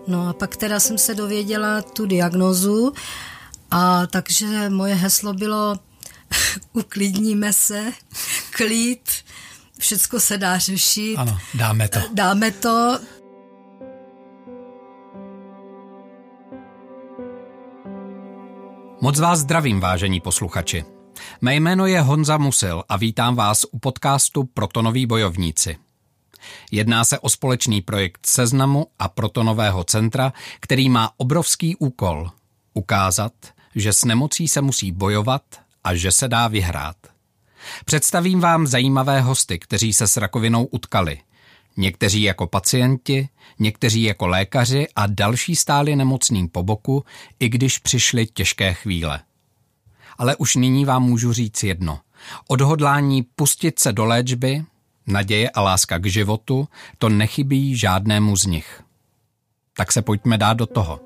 No a pak teda jsem se dověděla tu diagnózu a takže moje heslo bylo uklidníme se, klid, všecko se dá řešit. Ano, dáme to. Dáme to. Moc vás zdravím, vážení posluchači. Mé jméno je Honza Musil a vítám vás u podcastu Protonoví bojovníci. Jedná se o společný projekt Seznamu a Protonového centra, který má obrovský úkol – ukázat, že s nemocí se musí bojovat a že se dá vyhrát. Představím vám zajímavé hosty, kteří se s rakovinou utkali. Někteří jako pacienti, někteří jako lékaři a další stáli nemocným po boku, i když přišly těžké chvíle. Ale už nyní vám můžu říct jedno. Odhodlání pustit se do léčby, naděje a láska k životu, to nechybí žádnému z nich. Tak se pojďme dát do toho.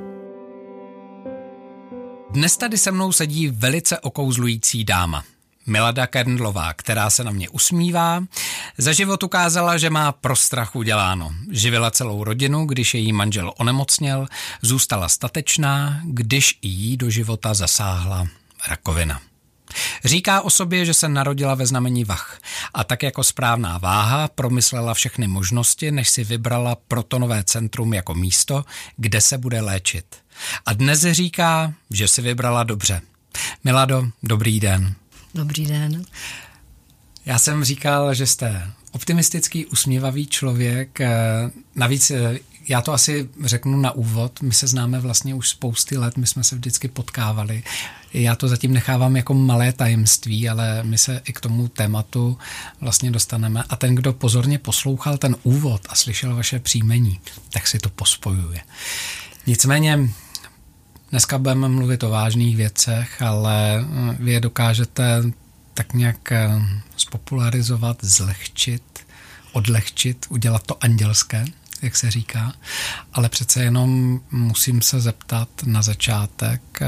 Dnes tady se mnou sedí velice okouzlující dáma. Milada Kerndlová, která se na mě usmívá, za život ukázala, že má pro strach uděláno. Živila celou rodinu, když její manžel onemocněl, zůstala statečná, když i jí do života zasáhla rakovina. Říká o sobě, že se narodila ve znamení vah a tak jako správná váha promyslela všechny možnosti, než si vybrala Protonové centrum jako místo, kde se bude léčit. A dnes říká, že si vybrala dobře. Milado, dobrý den. Dobrý den. Já jsem říkal, že jste optimistický, usměvavý člověk. Navíc já to asi řeknu na úvod. My se známe vlastně už spousty let, my jsme se vždycky potkávali. Já to zatím nechávám jako malé tajemství, ale my se i k tomu tématu vlastně dostaneme. A ten, kdo pozorně poslouchal ten úvod a slyšel vaše příjmení, tak si to pospojuje. Nicméně dneska budeme mluvit o vážných věcech, ale vy je dokážete tak nějak spopularizovat, zlehčit, odlehčit, udělat to andělské, jak se říká. Ale přece jenom musím se zeptat na začátek,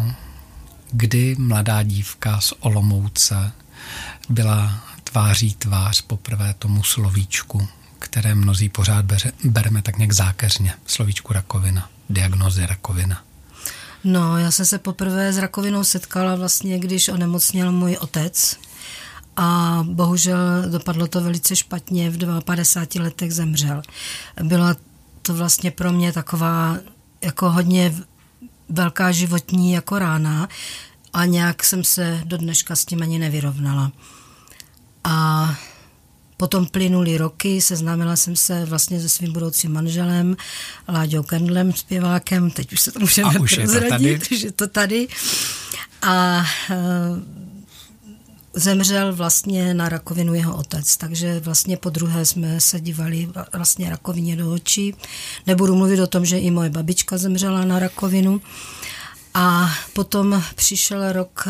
kdy mladá dívka z Olomouce byla tváří tvář poprvé tomu slovíčku, které mnozí pořád bereme tak nějak zákeřně. Slovíčku rakovina, diagnózy rakovina. No, já jsem se poprvé s rakovinou setkala vlastně, když onemocněl můj otec a bohužel dopadlo to velice špatně, v 52 letech zemřel. Byla to vlastně pro mě taková jako hodně velká životní jako rána a nějak jsem se do dneška s tím ani nevyrovnala. A potom plynuly roky, seznámila jsem se vlastně se svým budoucím manželem, Láďou Kerndlem, zpěvákem, teď už se to můžeme prozradit, že je to tady. A zemřel vlastně na rakovinu jeho otec, takže vlastně po druhé jsme se dívali vlastně rakovině do očí. Nebudu mluvit o tom, že i moje babička zemřela na rakovinu. A potom přišel rok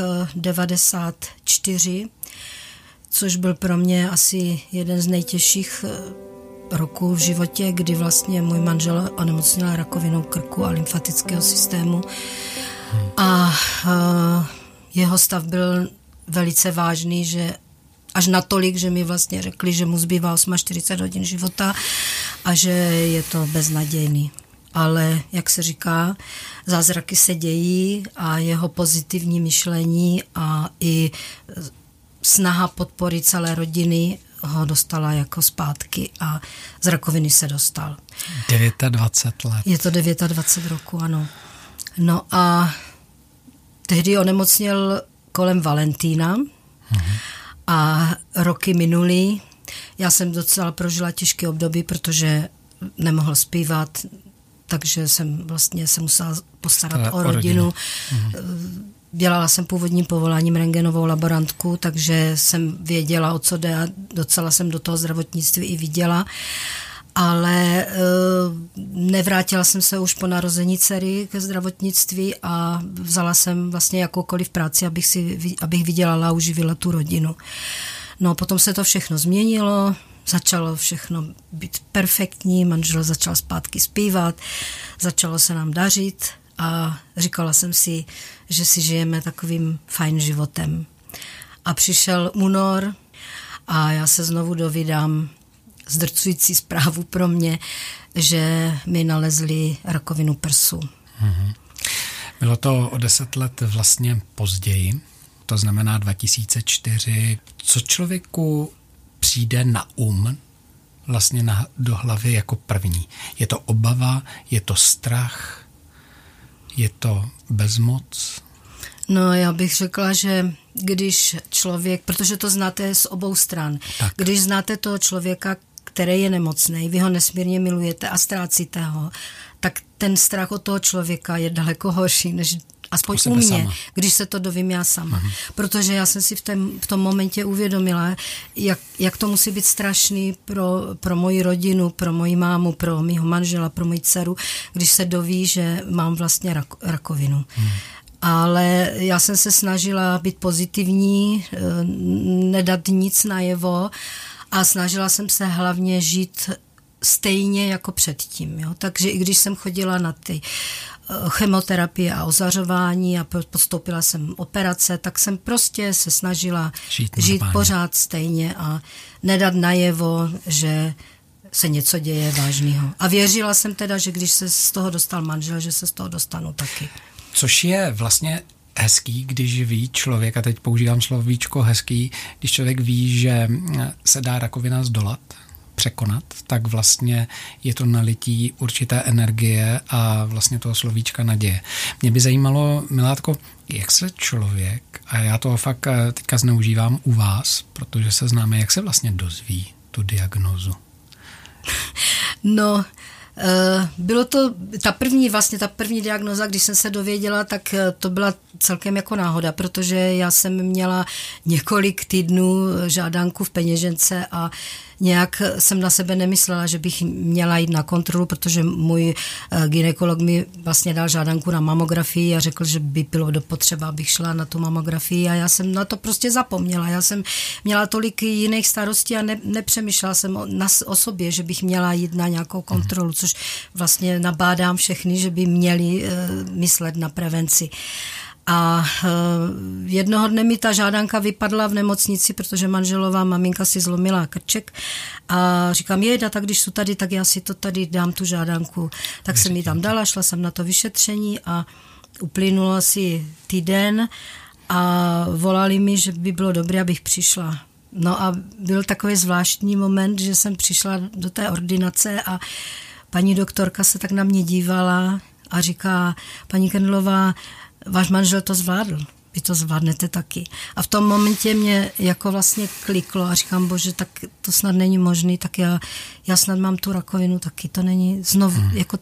94, což byl pro mě asi jeden z nejtěžších roků v životě, kdy vlastně můj manžel onemocněl rakovinou krku a lymfatického systému. A jeho stav byl velice vážný, že až natolik, že mi vlastně řekli, že mu zbývá 48 hodin života a že je to beznadějný. Ale, jak se říká, zázraky se dějí a jeho pozitivní myšlení a i snaha podpory celé rodiny ho dostala jako zpátky a z rakoviny se dostal. 29 let. Je to 29 roku, ano. No a tehdy onemocněl kolem Valentína a roky minuly. Já jsem docela prožila těžké období, protože nemohl zpívat, takže jsem vlastně se musela postarat o rodinu. Dělala jsem původním povoláním rentgenovou laborantku, takže jsem věděla, o co jde a docela jsem do toho zdravotnictví i viděla. Ale nevrátila jsem se už po narození dcery ke zdravotnictví a vzala jsem vlastně jakoukoliv práci, abych vydělala a uživila tu rodinu. No potom se to všechno změnilo, začalo všechno být perfektní, manžel začal zpátky zpívat, začalo se nám dařit a říkala jsem si, že si žijeme takovým fajn životem. A přišel únor a já se znovu dovídám, zdrcující zprávu pro mě, že mi nalezli rakovinu prsu. Bylo to o 10 let vlastně později, to znamená 2004. Co člověku přijde na vlastně do hlavy jako první? Je to obava, je to strach, je to bezmoc? No, já bych řekla, že když člověk, protože to znáte z obou stran, tak. Když znáte toho člověka, který je nemocný, vy ho nesmírně milujete a ztrácíte ho, tak ten strach od toho člověka je daleko horší, než aspoň u mě, sama. Když se to dovím já sama. Protože já jsem si v tom momentě uvědomila, jak to musí být strašný pro moji rodinu, pro moji mámu, pro mýho manžela, pro moji dceru, když se doví, že mám vlastně rakovinu. Ale já jsem se snažila být pozitivní, nedat nic najevo a snažila jsem se hlavně žít stejně jako předtím. Jo? Takže i když jsem chodila na ty chemoterapie a ozařování a podstoupila jsem operace, tak jsem prostě se snažila žít pořád stejně a nedat najevo, že se něco děje vážného. A věřila jsem teda, že když se z toho dostal manžel, že se z toho dostanu taky. Což je vlastně hezký, když ví člověk, a teď používám slovíčko hezký, když člověk ví, že se dá rakovina zdolat, překonat, tak vlastně je to nalití určité energie a vlastně toho slovíčka naděje. Mě by zajímalo, Milátko, jak se člověk, a já to fakt teďka zneužívám u vás, protože se známe, jak se vlastně dozví tu diagnózu? No, bylo to, ta první diagnóza, když jsem se dověděla, tak to byla celkem jako náhoda, protože já jsem měla několik týdnů žádanku v peněžence a nějak jsem na sebe nemyslela, že bych měla jít na kontrolu, protože můj gynekolog mi vlastně dal žádanku na mamografii a řekl, že by bylo potřeba, abych šla na tu mamografii a já jsem na to prostě zapomněla. Já jsem měla tolik jiných starostí a nepřemýšlela jsem o sobě, že bych měla jít na nějakou kontrolu, což vlastně nabádám všechny, že by měli myslet na prevenci. A jednoho dne mi ta žádanka vypadla v nemocnici, protože manželová maminka si zlomila krček a říkám, tak když jsou tady, tak já si to tady dám tu žádanku. Tak jsem ji tam dala, šla jsem na to vyšetření a uplynulo asi týden a volali mi, že by bylo dobré, abych přišla. No a byl takový zvláštní moment, že jsem přišla do té ordinace a paní doktorka se tak na mě dívala a říká, paní Kendlová, váš manžel to zvládl, vy to zvládnete taky. A v tom momentě mě jako vlastně kliklo a říkám, bože, tak to snad není možný, tak já snad mám tu rakovinu taky, to není znovu, jako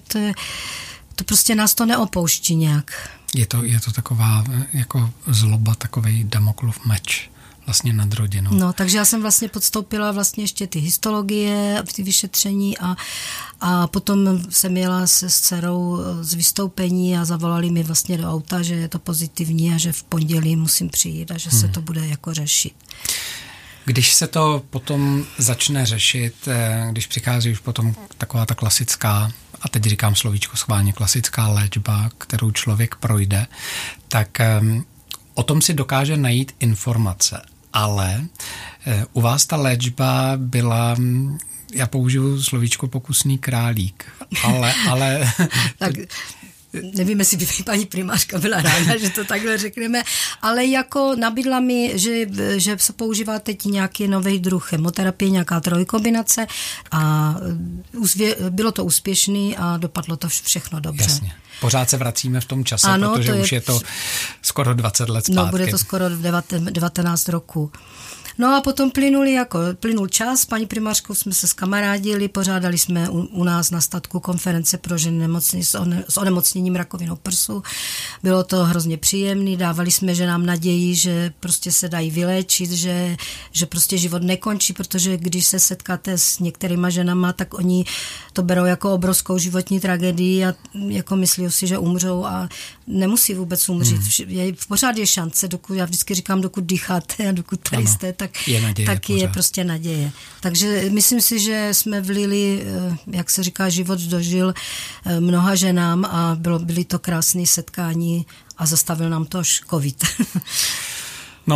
to prostě nás to neopouští nějak. Je to taková jako zloba, takovej Damoklův meč vlastně nad rodinou. No, takže já jsem vlastně podstoupila vlastně ještě ty histologie, ty vyšetření a potom jsem jela s dcerou z vystoupení a zavolali mi vlastně do auta, že je to pozitivní a že v pondělí musím přijít a že se to bude jako řešit. Když se to potom začne řešit, když přichází už potom taková ta klasická, a teď říkám slovíčko schválně, klasická léčba, kterou člověk projde, tak o tom si dokáže najít informace. Ale u vás ta léčba byla, já použiju slovíčko pokusný králík, ale tak nevím, jestli by paní primářka byla ráda, že to takhle řekneme, ale jako nabídla mi, že se používá teď nějaký nový druh chemoterapie, nějaká trojkombinace a bylo to úspěšný a dopadlo to všechno dobře. Jasně. Pořád se vracíme v tom čase, ano, protože už je to skoro 20 let zpátky. No, bude to skoro 19 roků. No a potom plynul čas, paní primářkou jsme se skamarádili, pořádali jsme u nás na statku konference pro ženy s onemocněním rakovinou prsu. Bylo to hrozně příjemné, dávali jsme ženám naději, že prostě se dají vyléčit, že prostě život nekončí, protože když se setkáte s některýma ženama, tak oni to berou jako obrovskou životní tragédii a jako myslí si, že umřou a nemusí vůbec umřít. Pořád je šance, já vždycky říkám, dokud dýcháte a dokud tady jste, tak je prostě naděje. Takže myslím si, že jsme vlili, jak se říká, život dožil mnoha ženám a byly to krásné setkání a zastavil nám to až covid. No,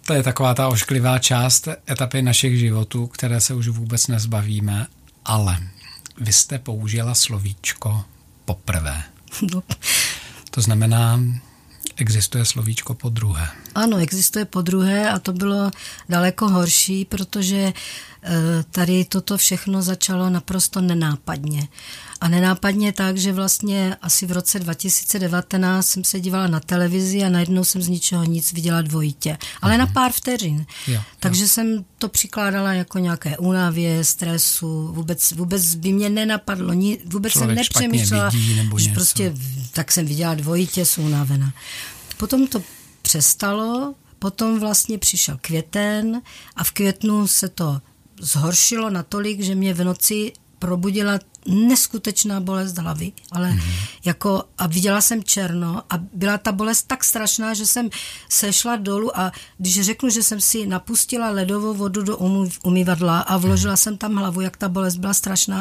To je taková ta ošklivá část etapy našich životů, které se už vůbec nezbavíme, ale vy jste použila slovíčko poprvé. No. To znamená, existuje slovíčko podruhé. Ano, existuje podruhé a to bylo daleko horší, protože tady toto všechno začalo naprosto nenápadně. A nenápadně tak, že vlastně asi v roce 2019 jsem se dívala na televizi a najednou jsem z ničeho nic viděla dvojitě. Ale na pár vteřin. Takže jsem to přikládala jako nějaké únavě, stresu, vůbec by mě nenapadlo, vůbec jsem nepřemýšlela, že prostě tak jsem viděla dvojitě, jsem unavená. Potom to přestalo, potom vlastně přišel květen a v květnu se to zhoršilo natolik, že mě v noci probudila neskutečná bolest hlavy, ale jako a viděla jsem černo a byla ta bolest tak strašná, že jsem sešla dolů a když řeknu, že jsem si napustila ledovou vodu do umyvadla a vložila jsem tam hlavu, jak ta bolest byla strašná,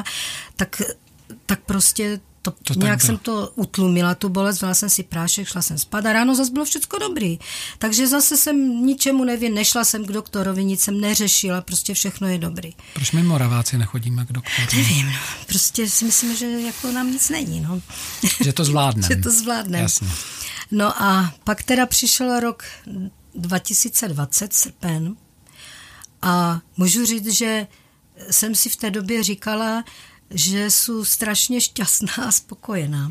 tak prostě to nějak jsem to utlumila, tu bolest, vzala jsem si prášek, šla jsem spát a ráno zase bylo všechno dobrý. Takže zase jsem ničemu nevím, nešla jsem k doktorovi, nic jsem neřešila, prostě všechno je dobrý. Proč my Moraváci nechodíme k doktoru? Nevím, no. Prostě si myslím, že jako nám nic není. No. Že to zvládneme. Že to zvládneme. Jasně. No a pak teda přišel rok 2020, srpen, a můžu říct, že jsem si v té době říkala, že jsou strašně šťastná a spokojená.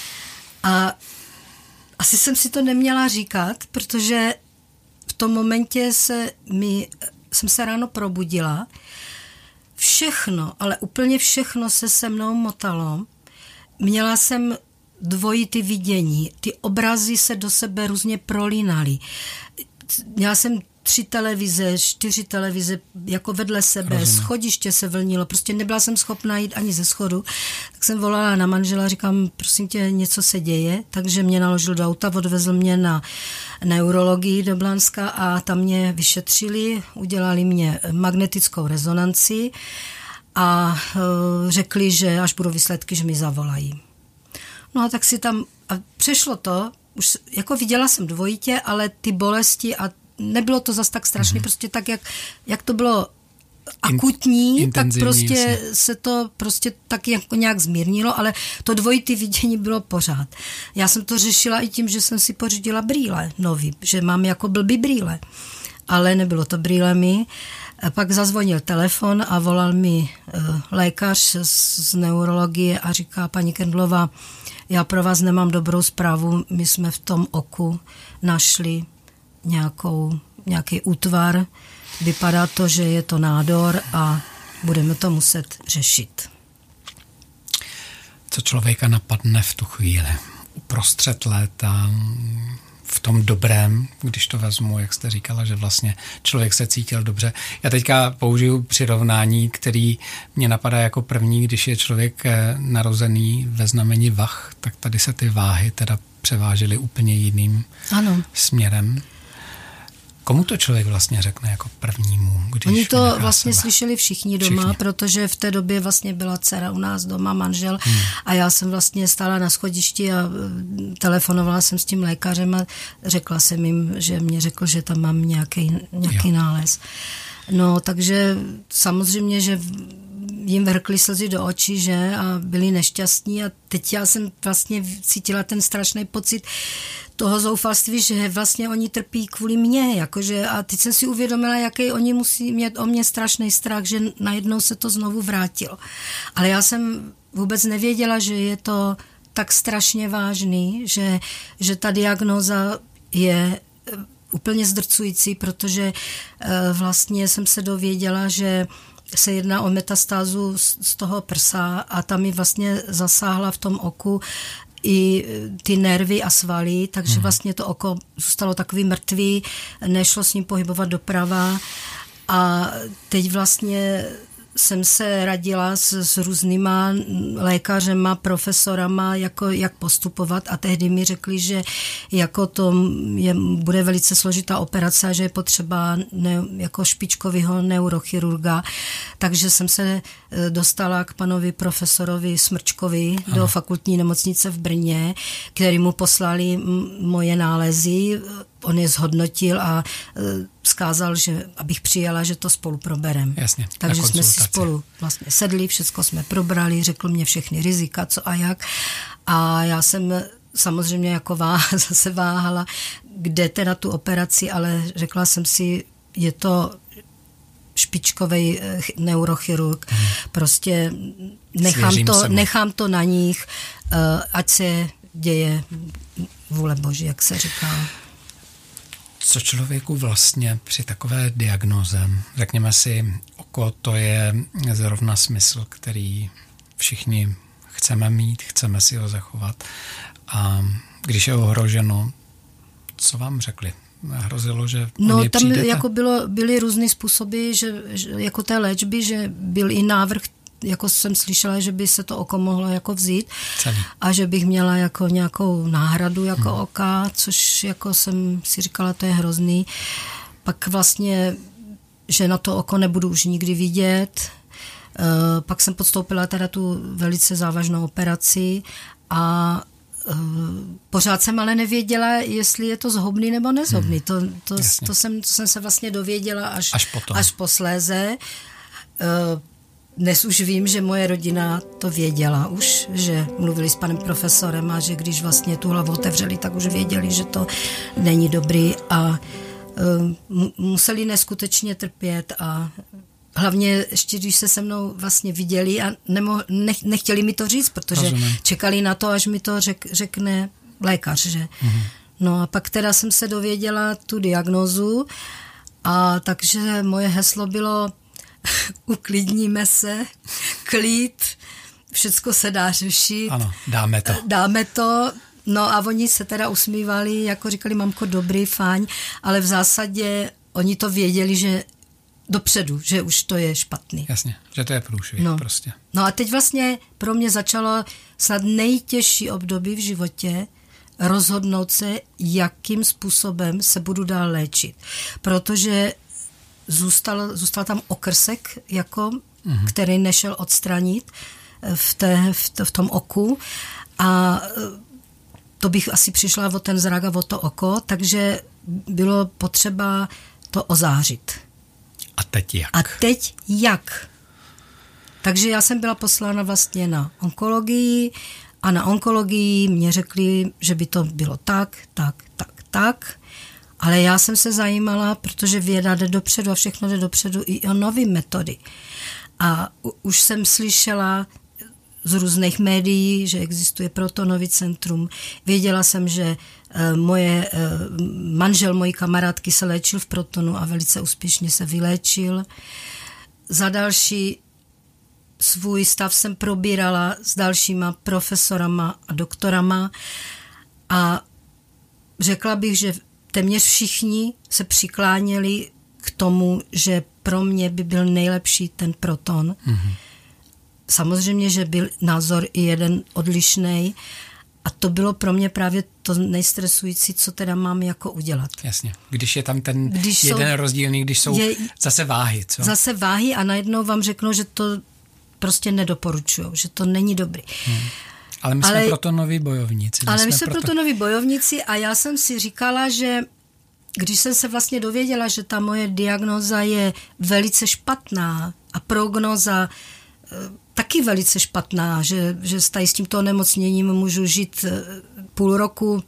A asi jsem si to neměla říkat, protože v tom momentě jsem se ráno probudila. Všechno, ale úplně všechno se mnou motalo. Měla jsem dvojitý vidění. Ty obrazy se do sebe různě prolínaly. Měla jsem 3 televize, 4 televize jako vedle sebe, schodiště se vlnilo, prostě nebyla jsem schopná jít ani ze schodu, tak jsem volala na manžela, říkám, prosím tě, něco se děje, takže mě naložil do auta, odvezl mě na neurologii do Blanska a tam mě vyšetřili, udělali mě magnetickou rezonanci a řekli, že až budou výsledky, že mi zavolají. No a tak si tam, a přešlo to, už jako viděla jsem dvojitě, ale ty bolesti a nebylo to zas tak strašný, prostě tak, jak to bylo akutní, tak prostě jasně. Se to prostě tak jako nějak zmírnilo, ale to dvojitý vidění bylo pořád. Já jsem to řešila i tím, že jsem si pořídila brýle nový, že mám jako blbý brýle, ale nebylo to brýlemi. Pak zazvonil telefon a volal mi lékař z neurologie a říká, paní Kendlová, já pro vás nemám dobrou zprávu, my jsme v tom oku našli nějaký útvar. Vypadá to, že je to nádor a budeme to muset řešit. Co člověka napadne v tu chvíli? Uprostřed léta, v tom dobrém, když to vezmu, jak jste říkala, že vlastně člověk se cítil dobře. Já teďka použiju přirovnání, který mě napadá jako první, když je člověk narozený ve znamení vah, tak tady se ty váhy teda převážily úplně jiným směrem. Komu to člověk vlastně řekne jako prvnímu? Oni to vlastně slyšeli všichni doma, protože v té době vlastně byla dcera u nás doma, manžel a já jsem vlastně stála na schodišti a telefonovala jsem s tím lékařem a řekla jsem jim, že mě řekl, že tam mám nějaký nález. No, takže samozřejmě, že jim vrkly slzy do očí, že, a byli nešťastní a teď já jsem vlastně cítila ten strašný pocit toho zoufalství, že vlastně oni trpí kvůli mně, jakože, a teď jsem si uvědomila, jaký oni musí mít o mě strašný strach, že najednou se to znovu vrátilo. Ale já jsem vůbec nevěděla, že je to tak strašně vážný, že ta diagnóza je úplně zdrcující, protože vlastně jsem se dověděla, že se jedná o metastázu z toho prsa a tam mi vlastně zasáhla v tom oku i ty nervy a svaly, takže vlastně to oko zůstalo takový mrtvý, nešlo s ním pohybovat doprava a teď vlastně jsem se radila s různýma lékařema, profesorama, jako jak postupovat a tehdy mi řekli, že jako to bude velice složitá operace a že je potřeba jako špičkovýho neurochirurga. Takže jsem se dostala k panovi profesorovi Smrčkovi do fakultní nemocnice v Brně, který mu poslali moje nálezy. On je zhodnotil a vzkázal, že abych přijela, že to spolu proberem. Jasně, takže jsme si spolu vlastně sedli, všechno jsme probrali, řekl mě všechny rizika, co a jak. A já jsem samozřejmě jako zase váhala, kde teda tu operaci, ale řekla jsem si, je to špičkovej neurochirurg. Prostě nechám to na nich, ať se děje vůle Boží, jak se říká. Co člověku vlastně při takové diagnoze, řekněme si, oko, to je zrovna smysl, který všichni chceme mít, chceme si ho zachovat. A když je ohroženo, co vám řekli? Hrozilo, že no tam přijdete? Jako byly různý způsoby, že jako té léčby, že byl i návrh, jako jsem slyšela, že by se to oko mohlo jako vzít celý. A že bych měla jako nějakou náhradu jako oka, což jako jsem si říkala, to je hrozný. Pak vlastně, že na to oko nebudu už nikdy vidět. Pak jsem podstoupila teda tu velice závažnou operaci a pořád jsem ale nevěděla, jestli je to zhoubný nebo nezhoubný. To jsem se vlastně dověděla až posléze. Dnes už vím, že moje rodina to věděla už, že mluvili s panem profesorem a že když vlastně tu hlavu otevřeli, tak už věděli, že to není dobrý a museli neskutečně trpět a hlavně ještě, když se se mnou vlastně viděli a nechtěli mi to říct, protože čekali na to, až mi to řekne lékař, že? No a pak teda jsem se dověděla tu diagnózu a takže moje heslo bylo uklidníme se, klid, všecko se dá řešit. Ano, dáme to. No a oni se teda usmívali, jako říkali, mamko, dobrý, fajn, ale v zásadě oni to věděli, že dopředu, že už to je špatný. Jasně, že to je průšvih prostě. No a teď vlastně pro mě začalo snad nejtěžší období v životě rozhodnout se, jakým způsobem se budu dál léčit. Protože zůstal tam okrsek, jako, který nešel odstranit v tom oku a to bych asi přišla o ten zrak a o to oko, takže bylo potřeba to ozářit. A teď jak? Takže já jsem byla poslána vlastně na onkologii a na onkologii mě řekli, že by to bylo tak. Ale já jsem se zajímala, protože věda jde dopředu a všechno jde dopředu i o nové metody. A už jsem slyšela z různých médií, že existuje protonový centrum. Věděla jsem, že manžel mojí kamarádky se léčil v Protonu a velice úspěšně se vyléčil. Za další svůj stav jsem probírala s dalšíma profesorama a doktorama a řekla bych, že téměř všichni se přikláněli k tomu, že pro mě by byl nejlepší ten Proton. Samozřejmě, že byl názor i jeden odlišnej a to bylo pro mě právě to nejstresující, co teda mám jako udělat. Jasně, když je tam ten jeden rozdílný, když jsou zase váhy, co? Zase váhy a najednou vám řeknou, že to prostě nedoporučujou, že to není dobrý. Ale my jsme protonoví bojovníci. My jsme protonoví bojovníci a já jsem si říkala, že když jsem se vlastně dověděla, že ta moje diagnóza je velice špatná a prognóza taky velice špatná, že s tímto onemocněním můžu žít půl roku,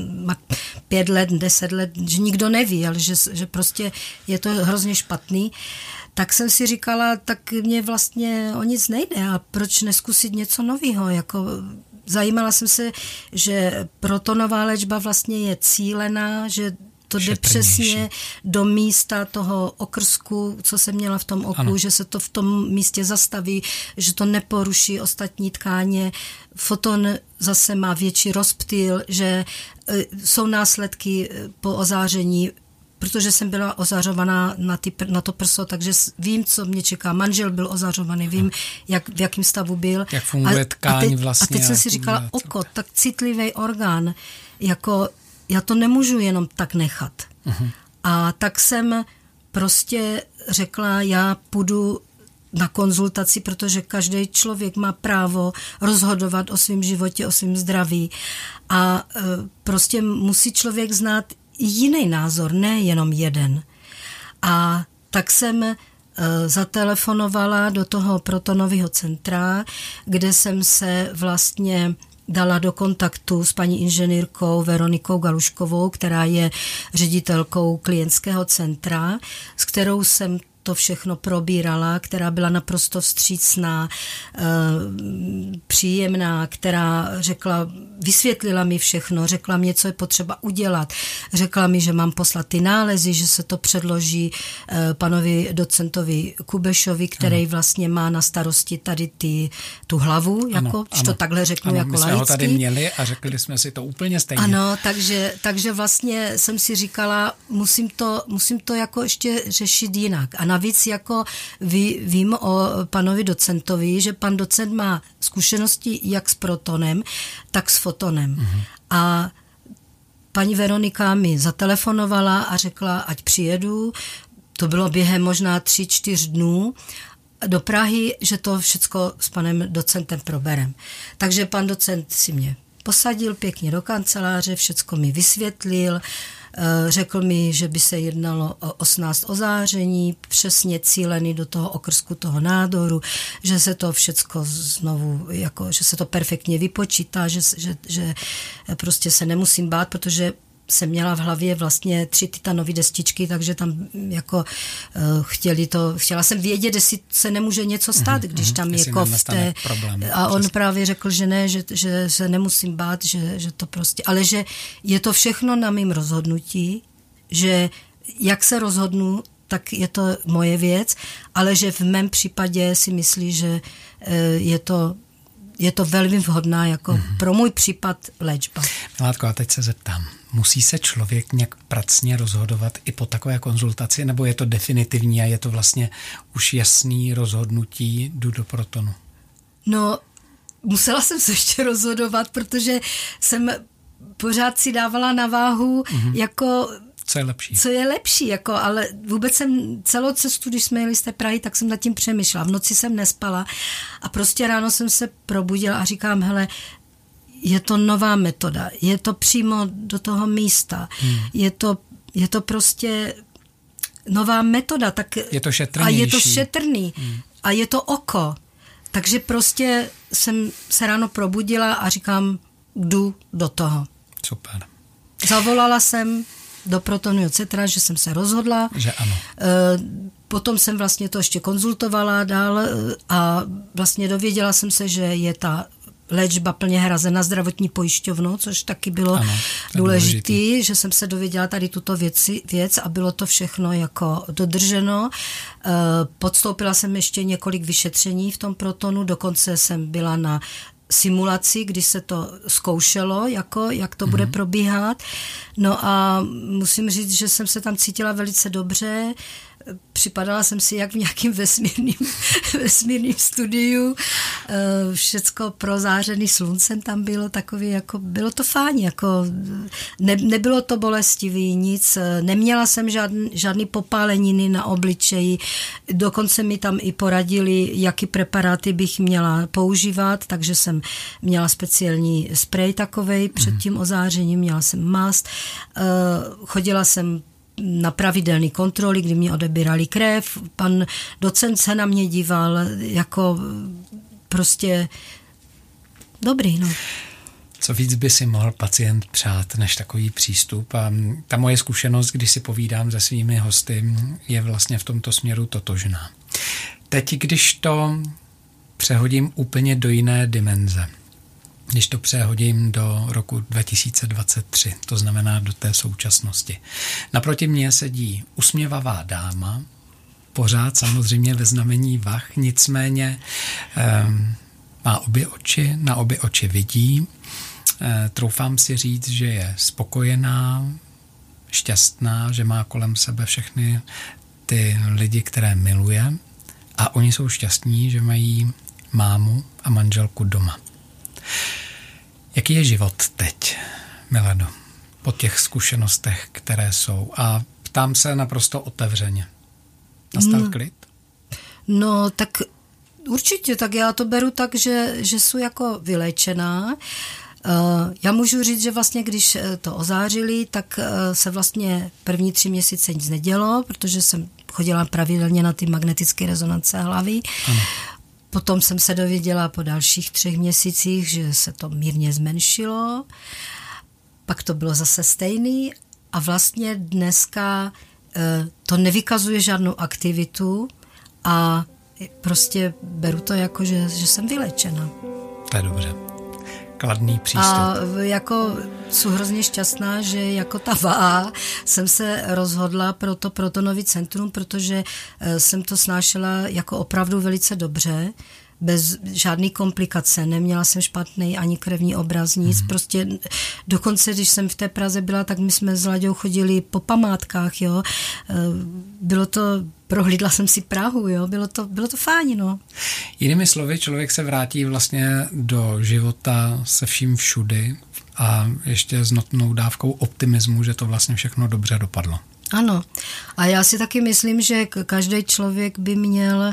5 let, 10 let, že nikdo neví, ale že prostě je to hrozně špatný, tak jsem si říkala, tak mě vlastně o nic nejde a proč neskusit něco nového, jako zajímala jsem se, že protonová léčba vlastně je cílená, že to jde přesně do místa toho okrsku, co jsem měla v tom oku, ano. Že se to v tom místě zastaví, že to neporuší ostatní tkáně. Foton zase má větší rozptyl, že jsou následky po ozáření, protože jsem byla ozářovaná na to prso, takže vím, co mě čeká. Manžel byl ozářovaný, vím, v jakém stavu byl. Jak funguje tkáň vlastně. A teď jsem si říkala, oko, tak citlivý orgán, jako já to nemůžu jenom tak nechat. A tak jsem prostě řekla, já půjdu na konzultaci, protože každý člověk má právo rozhodovat o svém životě, o svém zdraví. A prostě musí člověk znát jiný názor, ne jenom jeden. A tak jsem zatelefonovala do toho protonového centra, kde jsem se vlastně dala do kontaktu s paní inženýrkou Veronikou Galuškovou, která je ředitelkou klientského centra, s kterou jsem to všechno probírala, která byla naprosto vstřícná, příjemná, která vysvětlila mi všechno, řekla mi, co je potřeba udělat, řekla mi, že mám poslat ty nálezy, že se to předloží panovi docentovi Kubešovi, který vlastně má na starosti tady tu hlavu, jako, ano, to takhle řeknu, ano, jako laicky. My jsme ho tady měli a řekli jsme si to úplně stejně. Ano, takže vlastně jsem si říkala, musím to jako ještě řešit jinak. A navíc jako vím o panovi docentovi, že pan docent má zkušenosti jak s protonem, tak s fotonem. Mm-hmm. A paní Veronika mi zatelefonovala a řekla, ať přijedu. To bylo během možná 3-4 dnů do Prahy, že to všecko s panem docentem proberem. Takže pan docent si mě posadil pěkně do kanceláře, všecko mi vysvětlil, řekl mi, že by se jednalo o 18 ozáření, přesně cílený do toho okrsku toho nádoru, že se to všecko znovu, jako, že se to perfektně vypočítá, že prostě se nemusím bát, protože jsem měla v hlavě vlastně 3 titanové destičky, takže tam jako chtěla jsem vědět, jestli se nemůže něco stát, když tam je kov v té... Problém, a on právě řekl, že ne, že se nemusím bát, že to prostě... Ale že je to všechno na mým rozhodnutí, že jak se rozhodnu, tak je to moje věc, ale že v mém případě si myslí, že je to velmi vhodná jako pro můj případ léčba. Milátko, a teď se zeptám, musí se člověk nějak pracně rozhodovat i po takové konzultaci, nebo je to definitivní a je to vlastně už jasný rozhodnutí, jdu do protonu? No, musela jsem se ještě rozhodovat, protože jsem pořád si dávala na váhu jako... Co je lepší, jako, ale vůbec jsem celou cestu, když jsme jeli z té Prahy, tak jsem nad tím přemýšlela. V noci jsem nespala a prostě ráno jsem se probudila a říkám, hele, je to nová metoda, je to přímo do toho místa, je to prostě nová metoda. Tak, je to šetrnější. A je to šetrný a je to oko. Takže prostě jsem se ráno probudila a říkám, jdu do toho. Super. Zavolala jsem do protonového centra, že jsem se rozhodla. Že ano. Potom jsem vlastně to ještě konzultovala dál a vlastně dověděla jsem se, že je ta léčba plně hrazena zdravotní pojišťovnou, což taky bylo důležitý, že jsem se dověděla tady tuto věc a bylo to všechno jako dodrženo. Podstoupila jsem ještě několik vyšetření v tom protonu, dokonce jsem byla na simulaci, kdy se to zkoušelo, jako, jak to bude probíhat. No a musím říct, že jsem se tam cítila velice dobře. Připadala jsem si jak v nějakým vesmírným studiu. Všecko prozářený sluncem tam bylo takový, jako, bylo to fajn, jako, nebylo to bolestivý, nic. Neměla jsem žádný popáleniny na obličeji. Dokonce mi tam i poradili, jaký preparáty bych měla používat, takže jsem měla speciální sprej takovej před tím ozářením, měla jsem mast. Chodila jsem na pravidelné kontroly, kdy mě odebírali krev. Pan docent se na mě díval jako prostě dobrý. No. Co víc by si mohl pacient přát než takový přístup? A ta moje zkušenost, když si povídám se svými hosty, je vlastně v tomto směru totožná. Teď, když to přehodím úplně do jiné dimenze, když to přehodím do roku 2023, to znamená do té současnosti. Naproti mně sedí usměvavá dáma, pořád samozřejmě ve znamení vah, nicméně má na obě oči vidí. Troufám si říct, že je spokojená, šťastná, že má kolem sebe všechny ty lidi, které miluje a oni jsou šťastní, že mají mámu a manželku doma. Jaký je život teď, Milado, po těch zkušenostech, které jsou? A ptám se naprosto otevřeně. Nastal klid? No, tak určitě, tak já to beru tak, že jsou jako vyléčená. Já můžu říct, že vlastně, když to ozářili, tak se vlastně první 3 měsíce nic nedělo, protože jsem chodila pravidelně na ty magnetické rezonance hlavy. Ano. Potom jsem se dověděla po dalších 3 měsících, že se to mírně zmenšilo. Pak to bylo zase stejný a vlastně dneska to nevykazuje žádnou aktivitu a prostě beru to jako, že jsem vylečena. To je dobře. Kladný přístup. A jako jsem hrozně šťastná, že jako ta VA jsem se rozhodla pro to protonový centrum, protože jsem to snášela jako opravdu velice dobře, bez žádný komplikace, neměla jsem špatný ani krevní obraz, nic, prostě dokonce, když jsem v té Praze byla, tak my jsme s Laďou chodili po památkách, jo, bylo to, prohlídla jsem si Prahu, jo, bylo to fajn, no. Jinými slovy, člověk se vrátí vlastně do života se vším všudy a ještě s notnou dávkou optimismu, že to vlastně všechno dobře dopadlo. Ano, a já si taky myslím, že každý člověk by měl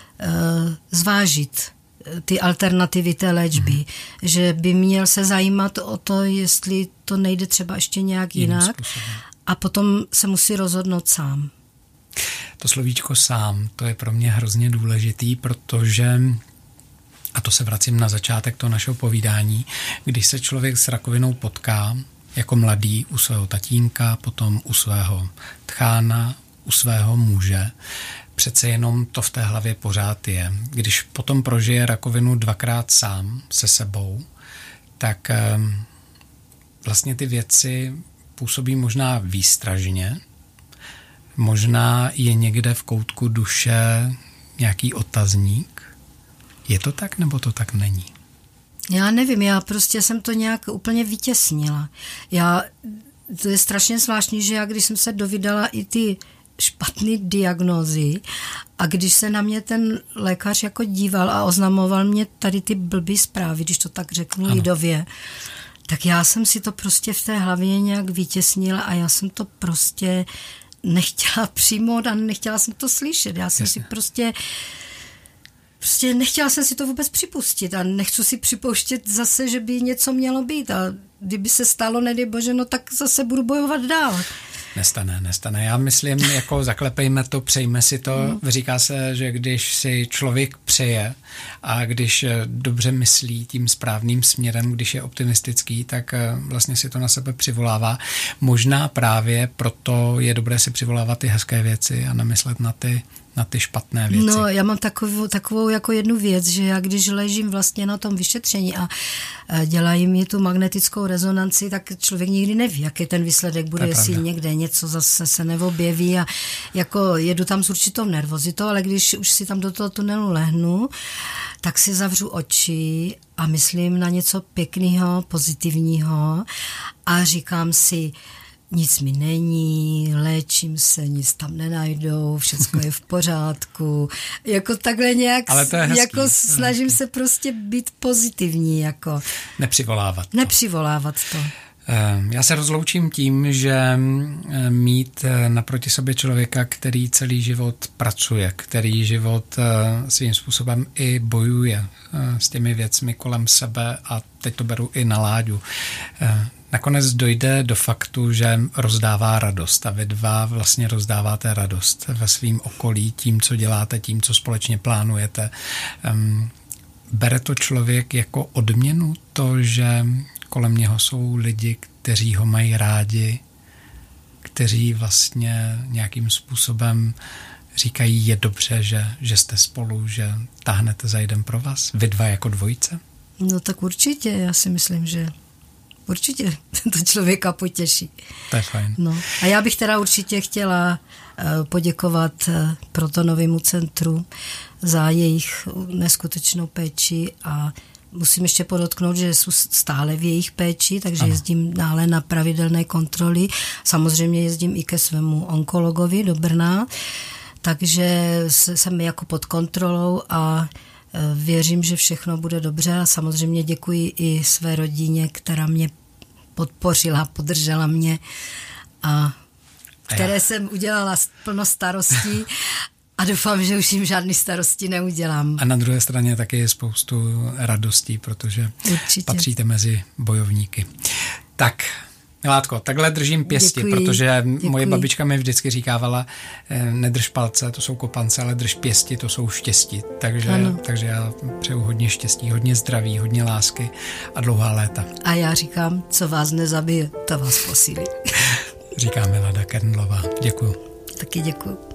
zvážit ty alternativy té léčby, že by měl se zajímat o to, jestli to nejde třeba ještě nějak jinak a potom se musí rozhodnout sám. To slovíčko sám, to je pro mě hrozně důležitý, protože, a to se vracím na začátek toho našeho povídání, když se člověk s rakovinou potká jako mladý u svého tatínka, potom u svého tchána, u svého muže, přece jenom to v té hlavě pořád je. Když potom prožije rakovinu 2krát sám se sebou, tak vlastně ty věci působí možná výstražně, možná je někde v koutku duše nějaký otazník. Je to tak, nebo to tak není? Já nevím, já prostě jsem to nějak úplně vytěsnila. To je strašně zvláštní, že já když jsem se dovídala i ty špatný diagnózy a když se na mě ten lékař jako díval a oznamoval mě tady ty blbý zprávy, když to tak řeknu lidově, tak já jsem si to prostě v té hlavě nějak vytěsnila a já jsem to prostě nechtěla přijmout a nechtěla jsem to slyšet. Já jsem si prostě nechtěla jsem si to vůbec připustit a nechci si připouštět zase, že by něco mělo být a kdyby se stalo, nedej bože, no tak zase budu bojovat dál. Nestane. Já myslím, jako zaklepejme to, přejme si to. Říká se, že když si člověk přeje a když dobře myslí tím správným směrem, když je optimistický, tak vlastně si to na sebe přivolává. Možná právě proto je dobré si přivolávat ty hezké věci a nemyslet na ty špatné věci. No, já mám takovou jako jednu věc, že já když ležím vlastně na tom vyšetření a dělají mi tu magnetickou rezonanci, tak člověk nikdy neví, jaký ten výsledek bude, jestli někde něco zase se neobjeví a jako jedu tam s určitou nervozitou, ale když už si tam do toho tunelu lehnu, tak si zavřu oči a myslím na něco pěkného, pozitivního a říkám si, nic mi není, léčím se, nic tam nenajdou, všecko je v pořádku. Jako takhle nějak, ale to je hezký, jako snažím se prostě být pozitivní. Jako. Nepřivolávat to. Já se rozloučím tím, že mít naproti sobě člověka, který celý život pracuje, který život svým způsobem i bojuje s těmi věcmi kolem sebe a teď to beru i na Láďu. Nakonec dojde do faktu, že rozdává radost a vy dva vlastně rozdáváte radost ve svém okolí tím, co děláte, tím, co společně plánujete. Bere to člověk jako odměnu to, že kolem něho jsou lidi, kteří ho mají rádi, kteří vlastně nějakým způsobem říkají, je dobře, že jste spolu, že táhnete za jeden pro vás, vy dva jako dvojice? No tak určitě, já si myslím, že určitě to člověka potěší. To je fajn. No. A já bych teda určitě chtěla poděkovat Protonovému centru za jejich neskutečnou péči a musím ještě podotknout, že jsou stále v jejich péči, takže jezdím dále na pravidelné kontroly. Samozřejmě jezdím i ke svému onkologovi do Brna, takže jsem jako pod kontrolou a věřím, že všechno bude dobře a samozřejmě děkuji i své rodině, která mě podpořila, podržela mě a které jsem udělala plno starostí a doufám, že už jim žádný starosti neudělám. A na druhé straně taky je spoustu radostí, protože určitě patříte mezi bojovníky. Tak, Milátko, takhle držím pěsti, Děkuji, protože děkuji. Moje babička mi vždycky říkávala, nedrž palce, to jsou kopance, ale drž pěsti, to jsou štěstí. Takže já přeju hodně štěstí, hodně zdraví, hodně lásky a dlouhá léta. A já říkám, co vás nezabije, to vás posílí. Říká Milada Kernlová. Děkuju. Taky děkuju.